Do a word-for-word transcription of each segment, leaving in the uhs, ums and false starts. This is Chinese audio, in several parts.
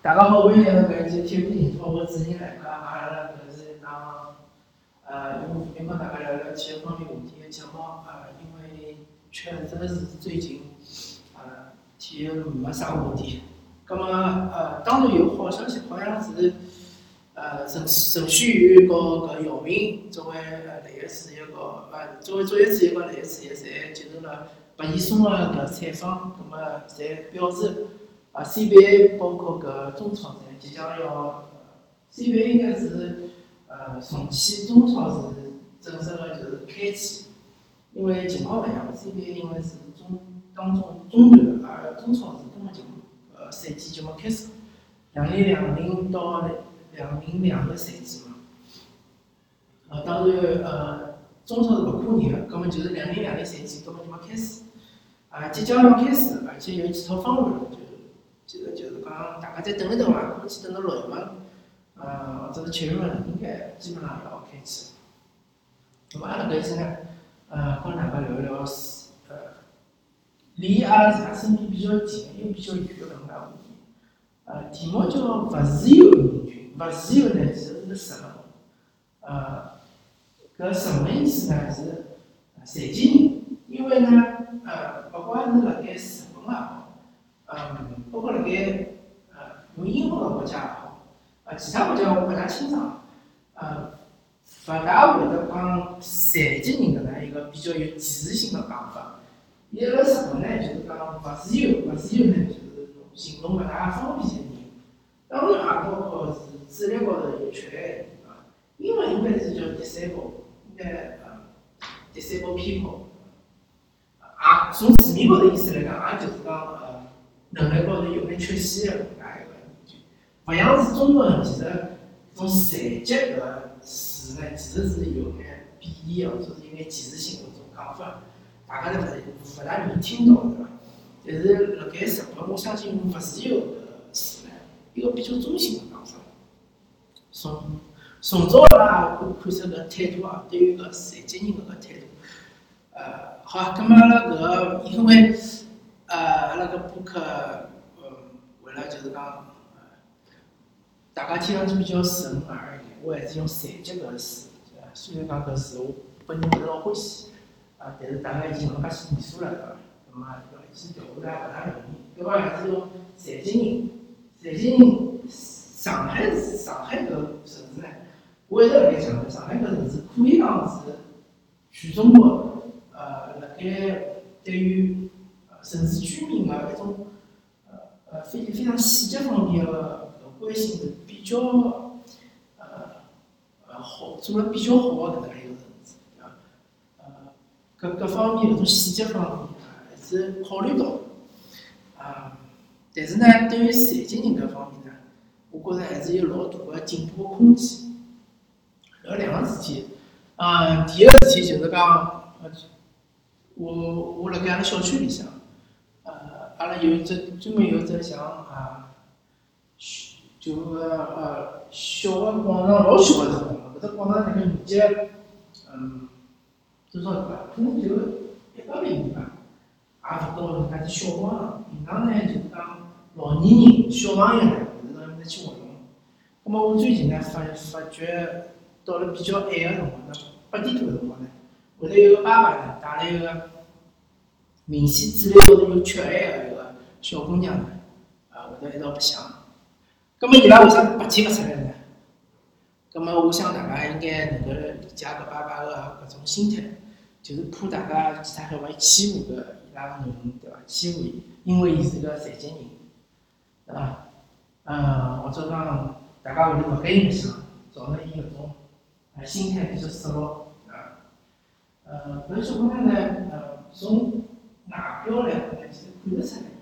大家好，欢迎来到搿一期体育频道，我主持人来讲，阿拉搿是一档呃用用帮大家聊聊体育方面话题的节目啊，因为确实是最近呃体育没啥话题。葛么呃，当然有好消息，好像是呃程程序员和搿姚明作为呃篮协主席和呃作为作业主席和篮协主席，侪接受了白岩松的搿采访，葛么侪表示。啊 ，C B A 包括搿中超赛即将要，C B A 应该是呃重启，中超是正式的就是开启，因为情况勿一样 ，C B A 因为是中当中中段，而中超是根本就呃赛季就没开始，两零两零到两零两个赛季嘛，呃当然呃中超是勿跨年的，根本就是两零两零赛季根本就没开始，啊即将要开始，而且有几套方案。这个就是讲，大家再等一等伐，估计等到六月份，呃，或者是七月份，应该基本上要开启。那么阿拉搿一期呢，呃，跟大家聊一聊，呃，离阿拉自家身边比较近又比较远的搿能介话题。呃，题目叫勿自由人群。勿自由呢，其实是个什么？呃，搿什么意思呢？是残疾人，因为呢，呃，勿管是辣盖日本也好。嗯，包括辣盖呃用英文的国家也好，呃其他国家我勿大清爽，呃勿大会得讲残疾人搿能一个比较有歧视性的讲法。伊辣日本呢，就是讲勿自由，勿自由呢就是形容勿大方便的人，当然也包括是智力高头有缺陷啊。英文应该是叫 disable， 应该呃 disable people， 啊，从字面高头意思来讲，也就是讲呃。能力高头有眼缺陷的搿能介一个人群，勿像是中国人，其实种残疾搿个词呢，其实是有眼贬义或者是有眼歧视性的搿种讲法，大家侪勿勿大容易听到，对伐？但是辣盖日本，我相信用勿自由搿个词呢，一个比较中性的讲法。从从早阿拉可以看出搿态度啊，对于搿残疾人搿个态度，呃，好，葛末阿拉搿个因为。呃，阿拉搿播客，嗯，为了就是讲，呃，大家听上去比较顺耳一点，我还是用残疾搿个词，对伐？虽然讲搿词我本人勿是老欢喜，啊，但是大家已经有介许年数了，对伐？那么要一记调下来勿大容易，搿个还是用残疾人，残疾人，上海市上海搿城市呢，我一直辣盖强调，上海搿城市可以讲是全中国，呃，辣盖对于。城市居民的一种呃呃非非常细节方面的关心是比较呃呃好，做了比较好的搿能介一个城市，对伐？呃，各各方面搿种细节方面还是考虑到的，啊，但是呢，对于残疾人搿方面呢，我觉着还是有老大个进步个空间。搿两个事体，啊，第一个事体就是讲，呃，我我辣盖阿拉小区里向。阿拉有一只专门有一只像啊，就个呃小个广场，老小个地方，搿只广场大概面积，嗯，多少个？可能就一百平米吧，也勿到搿能介只小广场。平常呢就是讲老年人、小朋友呢，会到埃面搭去活动。葛末我最近呢发发觉，到了比较晚个辰光，那八点多个辰光呢，会得有个爸爸呢带来一个明显智力高头有缺陷个。小姑娘呢，啊，会得一道白相。葛末伊拉为啥白天勿出来呢？葛末我想大家应该能够理解搿爸爸个搿种心态，就是怕大家其他小朋友欺负搿伊拉个囡恩，对伐？欺负伊，因为伊是个残疾人，对伐？嗯，或者讲大家会得勿跟伊白相，造成伊搿种呃心态比较失落，啊。呃，搿小姑娘呢，呃，从外表来看呢，其实看得出来。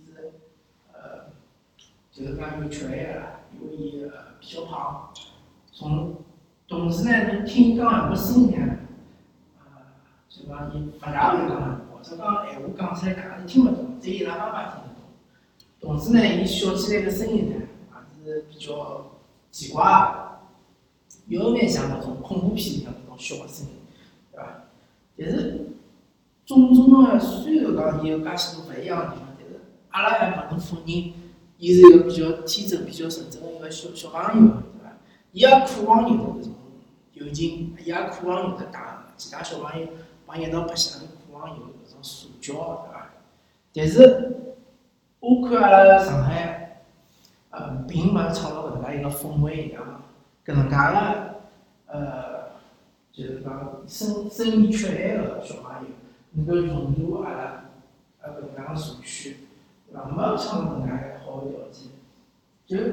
就是讲有缺陷啦，因为伊呃比较胖，从同时呢，侬听伊讲闲话声音呢，呃，就讲伊勿大会讲闲话，或者讲闲话讲出来大家是听勿懂，只有伊拉爸爸听得懂。同时呢，伊笑起来个声音呢，也是比较奇怪的，有眼像搿种恐怖片里向搿种笑个声音，对伐？但是种种个虽然讲伊有介许多勿一样个地方，但是阿拉还勿能否认。 伊是一个比较天真、比较纯真的一个小小朋友，对伐？伊也渴望有的搿种友情，伊也渴望有的大其他小朋友帮伊一道白相，渴望有搿种社交，对伐？但是我看阿拉上海，呃，并没创造搿能介一个氛围啊，搿能介个呃。就是讲生生理缺陷个小朋友能够融入阿拉呃搿能介个社区，对伐？没创造搿能介好个条件，就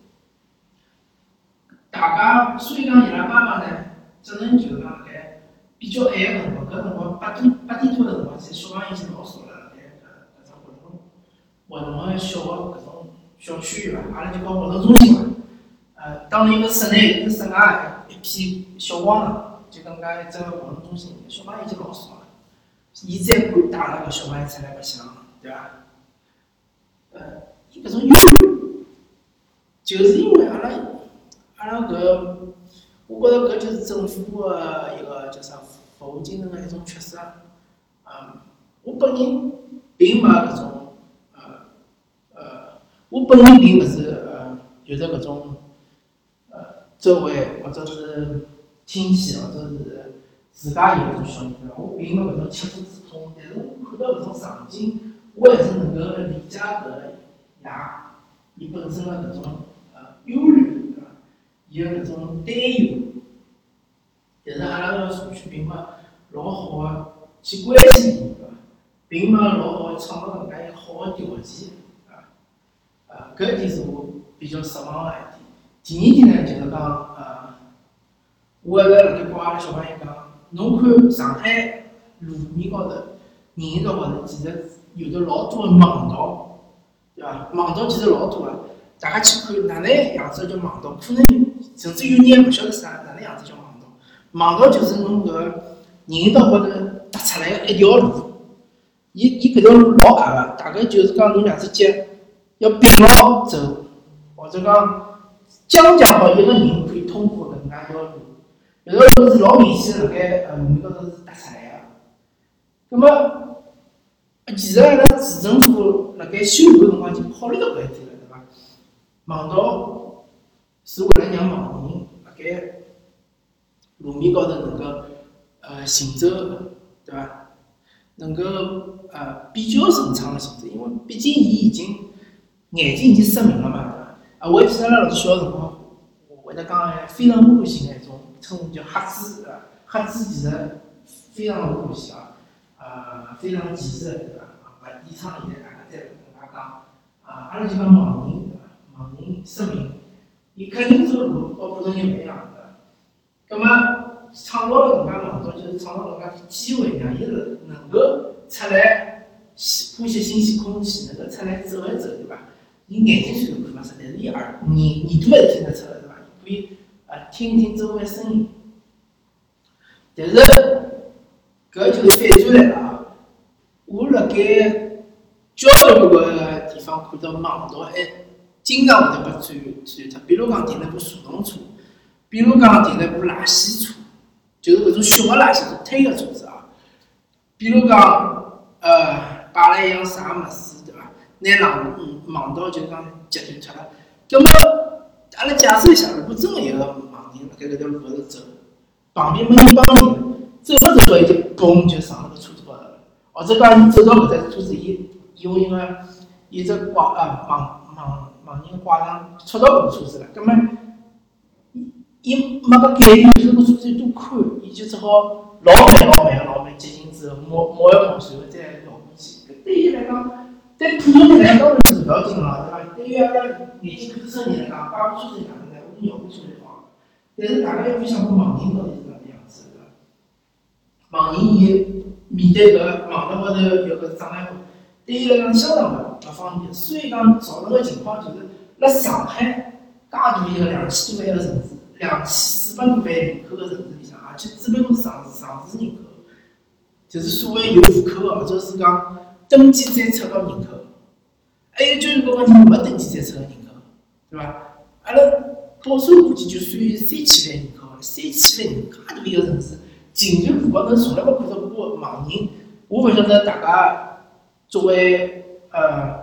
大家，所以讲伊拉妈妈呢，只能就讲盖比较晚个辰光，搿辰光八点八点多个辰光，其实小朋友已经老少了，盖搿搿种活动活动个小个搿种小区域伐，阿拉就讲活动中心嘛，呃，当然一个室内，一个室外，一片小广场。就讲介一只活动中心，小朋友已经老少了，伊再敢带那个小朋友出来白相，对伐？呃，伊搿种忧虑，就是因为阿拉阿拉搿，我觉着搿就是政府个一个叫啥服务精神个一种缺失。啊，我本人并没搿种呃呃，我本人并勿是呃有着搿种呃周围或者是。亲戚或者是自家有搿种小人，我并没搿种切肤之痛，但是我看到搿种场景，我还是能够理解搿爷伊本身个搿种呃忧虑，对伐？伊个搿种担忧，但是阿拉个社区并没老好个去关心伊，对伐？并没老好个创造搿能介一个好个条件，对伐？呃，搿一点是我比较失望个一点。第二点呢，就是讲呃。我一直辣盖教阿拉小朋友讲，侬看上海路面高头、人行道高头，其实有的老多个盲道，对伐？盲道其实老多个，大家去看哪能样子叫盲道？可能甚至有人也勿晓得啥哪能样子叫盲道。盲道就是侬搿人行道高头搭出来个一条路，伊伊搿条路老矮个，大概就是讲侬两只脚要并牢走，或者讲将将好一个人可以通过搿能介一条路。搿条路是老明显辣盖呃路面高头是搭出来个，葛末其实阿拉市政府辣盖修路个辰光已经考虑到搿一点了，对伐？盲道是为了让盲人辣盖路面高头能够呃行走，对伐？能够呃比较顺畅个行走，因为毕竟伊已经眼睛已经失明了嘛，对伐？啊，我还记得阿拉老师小个辰光，我会得讲非常侮辱性个一种。称叫黑子，对伐？黑子其实非常侮辱性啊，呃，非常歧视，对伐？勿提倡现在大家再搿能介讲，啊，阿拉就讲盲人，对伐？盲人失明，伊肯定走路和普通人勿一样的。葛末创造了搿能介盲道，就是创造搿能介机会，让伊是能够出来呼吸新鲜空气，能够出来走一走，对伐？伊眼睛虽然看勿出，但是伊耳耳耳朵还是听得出来，对伐？伊可以。啊，听听周围声音，但是搿就是反转来了啊！我辣盖交流搿个地方看到盲道，还经常会得被转转脱。比如讲停了部顺风车，比如讲停了部垃圾车，就是搿种小个垃圾车推个车子啊。比如讲呃摆了一样啥物事，对伐？拿盲盲道就讲截断脱了，葛末。阿拉假设一下，如果真个有个盲人辣盖搿条路高头走，旁边没人帮伊，走着走着伊就嘣就上了搿车子高头了，或者讲伊走到搿只车子，伊用一个一只挂啊盲盲盲人个挂上戳到搿车子了，葛末伊没个概念，就是搿车子有多宽，伊就只好老慢老慢老慢接近之后摸摸一摸，然后再绕过去。搿对伊来讲，对普通人来讲当然是勿要紧了，对伐？对于阿拉眼睛看得出人来讲，摆部车子哪能来，我绕过去就好。但是大家有没有想过盲人到底是哪能样子，对伐？盲人伊面对搿网络高头有搿障碍物，对伊来讲相当勿勿方便。所以讲造成个情况就是，辣上海介大一个两千多万个城市，两千四百多万人口个城市里向，而且基本都是上上市人口，就是所谓有户口个，或者是讲登记注册个人口。还有就是搿个人没登记注册个人口，对伐？阿拉保守估计就算有三千万人口了，三千万人介大一个城市，竟然路高头从来没看到过盲人。我勿晓得大家作为呃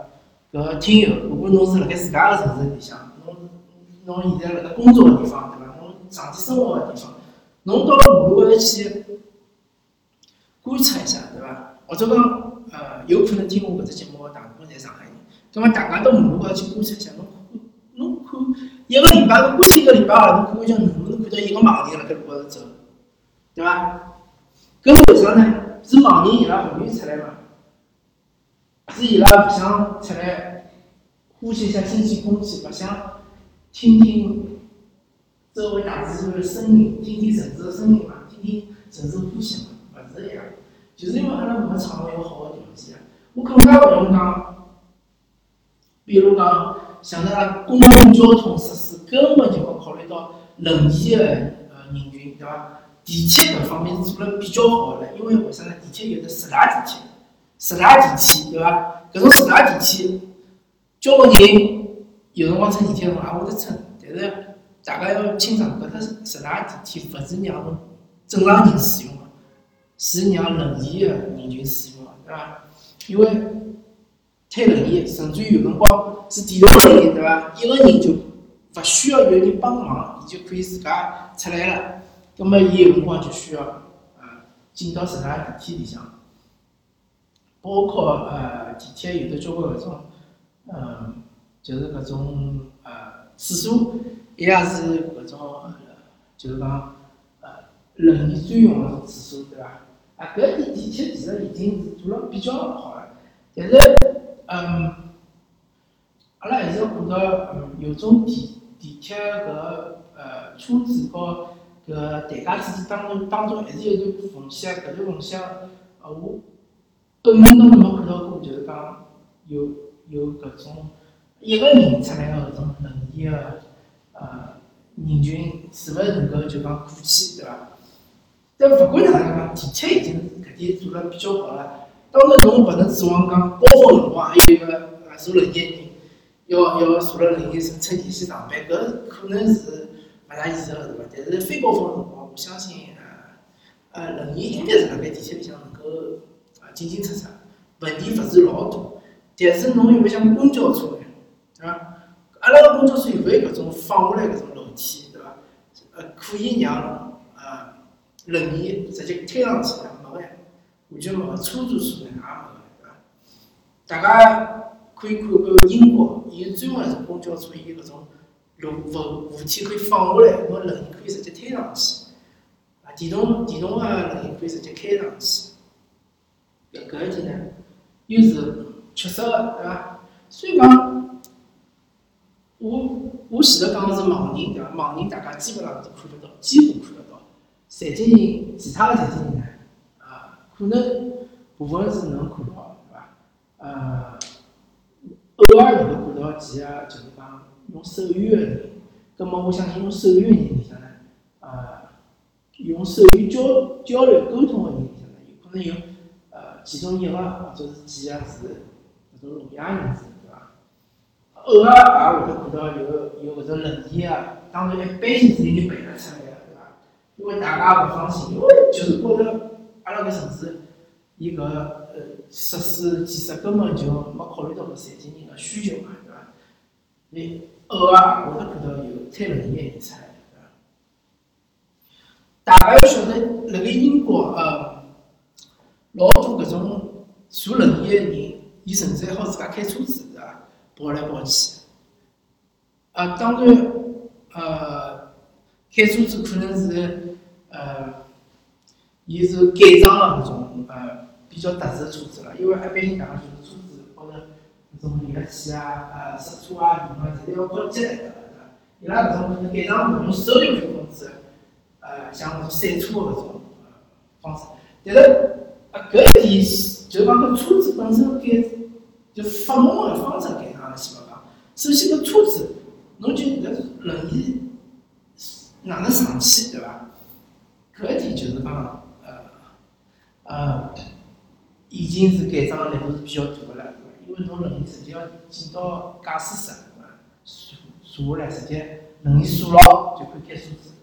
搿听友，如果侬是辣盖自家个城市里向，侬侬现在辣盖工作个地方，对伐？侬长期生活个地方，侬到马路高头去观察一下，对伐？或者讲，呃，有可能听我搿只节目个大部分侪上海人，葛末大家到马路高头去观察一下，侬侬看一个礼拜，侬关键一个礼拜号，侬看看叫能不能看到一个盲人辣盖路高头走，对伐？搿是为啥呢？是盲人伊拉勿愿意出来嘛？是伊拉勿想出来呼吸一下新鲜空气，勿想听听周围大自然的声音，听听城市的声音嘛，听听城市呼吸嘛，勿是一样。就是因为阿拉没创造一个好的条件。我更加勿用讲，比如讲像那公共交通设施根本就没考虑到轮椅的呃人群，对伐？地铁搿方面是做了比较好的，因为为啥呢？地铁有的十大地铁，十大电梯，对伐？搿种十大电梯，交关人有辰光乘地铁辰光也会得乘，但是大家要清爽，搿只十大电梯勿是让侬正常人使用的，是让轮椅的人群使用的，对伐？因为推轮椅，甚至于有辰光是电动轮椅，对伐？一个人就勿需要有人帮忙，伊就可以自家出来了。葛末伊有辰光就需要啊进到十大电梯里向。包括呃地铁有的交关搿种，呃，就是搿种呃厕所，伊也是搿种呃，就是讲呃轮椅专用个种厕所，对伐？啊，搿地地铁其实已经是做了比较好了，但是嗯，阿拉还是要看到，嗯，有种地地铁搿呃车子和搿台阶之间当中当中还是有一段缝隙，搿段缝隙，呃我。本人当中没看到过，就是讲有有搿种一个人出来个搿种轮椅个呃人群，是勿是能够就讲过去，对伐？但勿管哪能讲，地铁已经搿点做了比较好了。当然，侬勿能指望讲高峰辰光还有一个呃坐轮椅个人要要坐辣轮椅上乘电梯上班，搿可能是勿大现实个，对伐？但是非高峰辰光，我相信呃呃轮椅应该是辣盖地铁里向能够。进进出出，问题勿是老大，但是侬又像公交车呢，对伐？阿拉个公交车有搿种放下来搿种楼梯，对伐？呃，可以让呃轮椅直接推上去的，没个，完全没个，车站车呢也没个，对伐？大家可以看看英国，伊有专门一种公交车，伊搿种楼扶扶梯可以放下来，侬轮椅可以直接推上去，啊，电动电动个轮椅可以直接开上去。搿一点呢，又是缺失个，对伐？所以讲，我我前头讲个是盲人，对伐？盲人大家基本上是看得到，几乎看得到。残疾人，其他个残疾人呢，啊，可能部分是能看到，对伐？呃，偶尔能够看到几个，就是讲用手语个人。葛末我相信用手语个人里向呢，呃，用手语交交流沟通个人里向呢，有可能有。其中一个或者是几个是搿种聋哑人士，对伐？偶尔也会得看到有有搿种轮椅啊，当然一般性是有人陪了出来个，对伐？因为大家勿放心，因为就是觉着阿拉搿城市，伊搿呃设施建设根本就没考虑到搿残疾人个需求嘛，对伐？你偶尔会得看到有推轮椅个人出来，对伐？大家要晓得，辣盖英国呃。老多搿种坐轮椅个人，伊甚至还好自家开车子，对伐？跑来跑去。啊，当然，呃，开车子可能是呃，伊是改装个搿种呃比较特殊个车子了，因为一般性大家就是车子高头搿种离合器啊、呃刹车啊、油啊，侪要靠机来个，对伐？伊拉搿种可能改装用手榴去控制，呃，像搿种赛车个搿种呃方式，但是。搿一点就讲搿车子本身改，就发动个方式改上来先勿讲。首先搿车子，侬就搿轮椅哪能上去，对伐？搿一点就是讲，呃呃，已经是改装个难度是比较大个了，对伐？因为侬轮椅直接要进到驾驶室，对伐？坐坐下来直接轮椅锁牢就可以开车子。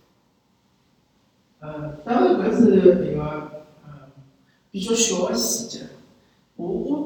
呃，当然搿是一个。比较小个细节，我我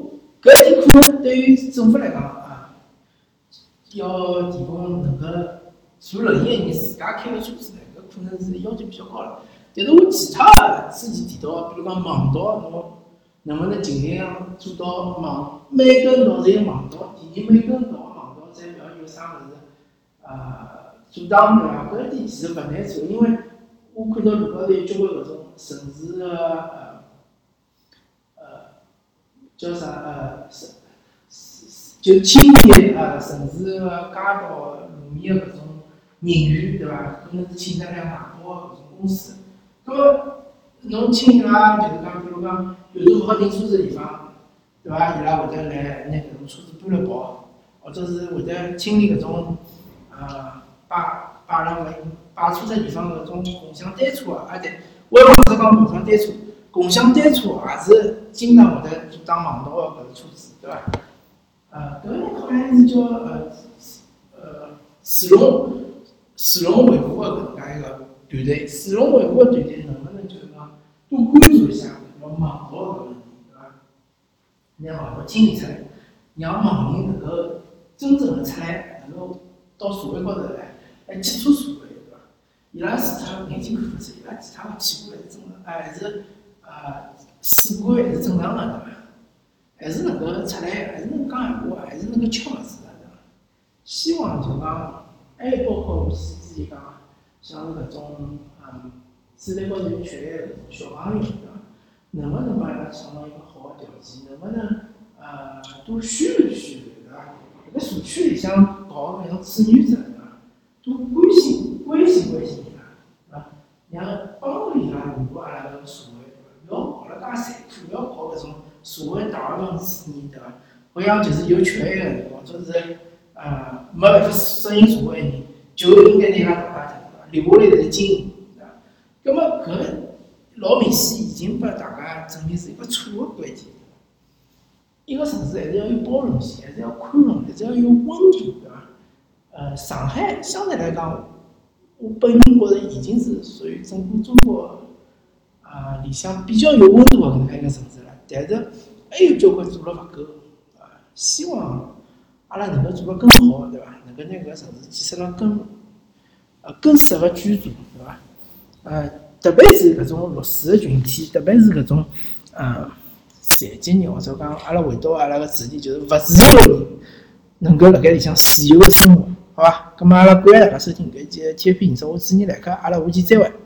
搿一点可能对于政府来讲啊，要提供能够坐轮椅的人自家开个车子呢，搿可能是要求比较高了。但是我其他的之前提到，比如讲盲道，侬能不能尽量做到盲每根道侪有盲道？第二，每根道盲道侪勿要有啥物事啊阻挡对伐？搿一点其实勿难做，因为我看到路高头有交关搿种城市个呃呃叫啥呃是就清洁啊城市个街道路面个搿种人员对伐？可能是请得来外包个搿种公司。咁么，侬请伊拉就是讲，比如讲，有的勿好停车子个地方，对伐？伊拉会得来拿搿种车子搬了跑，或者是会得清理搿种呃摆摆辣搿摆车子地方搿种共享单车啊，啊对，我还忘记讲共享单车，共享单车也是经常会得阻挡盲道个搿个车子，对伐？呃，搿个好像是叫呃呃市容市容维护个搿能介一个。团队，市容维护个团队能不能就是讲多关注一下搿个盲道个问题，对伐？拿盲道清理出来，让盲人能够真正的出来，能够到社会高头来来接触社会，对伐？伊拉除脱眼睛看勿出，伊拉其他个器官还是正常，还是呃四官还是正常个，对伐？还是能够出来，还是能讲闲话，还是能够吃物事个，对伐？希望就讲，还有包括我之前讲。像是搿种嗯，子弹高头有缺陷个小朋友，对伐？能不能帮伊拉创造一个好个条件？能不能呃多宣传宣传，对伐？搿个社区里向搞搿种志愿者，对伐？多关心关心关心伊拉，对伐？让帮助伊拉融入阿拉搿个社会，对伐？勿要搞了介残酷，勿要搞搿种社会达尔文主义，对伐？好像就是有缺陷个人，或者是呃没办法适应社会个人，就应该拿伊拉淘汰掉。留下来是精英，对伐？那么搿老明显已经拨大家证明是一个错误观点。一个城市还是要有包容性，还是要宽容，还是要有温度，对伐？呃，上海相对来讲，我本人觉着已经是属于整个中国啊、呃、里向比较有温度的搿能介一个城市了。但是还有交关做了勿够，啊，希望阿拉能够做得更好，对伐？能够拿搿个城市建设了更。呃，更适合居住，对伐？呃，特别是搿种弱势的群体，特别是搿种呃残疾人，或者讲阿拉回到阿拉个主题，就是勿自由的人，能够辣盖里向自由的生活，好伐？咁么阿拉感谢大家收听搿一期 T F P 认识我主持人来客，阿拉下期再会。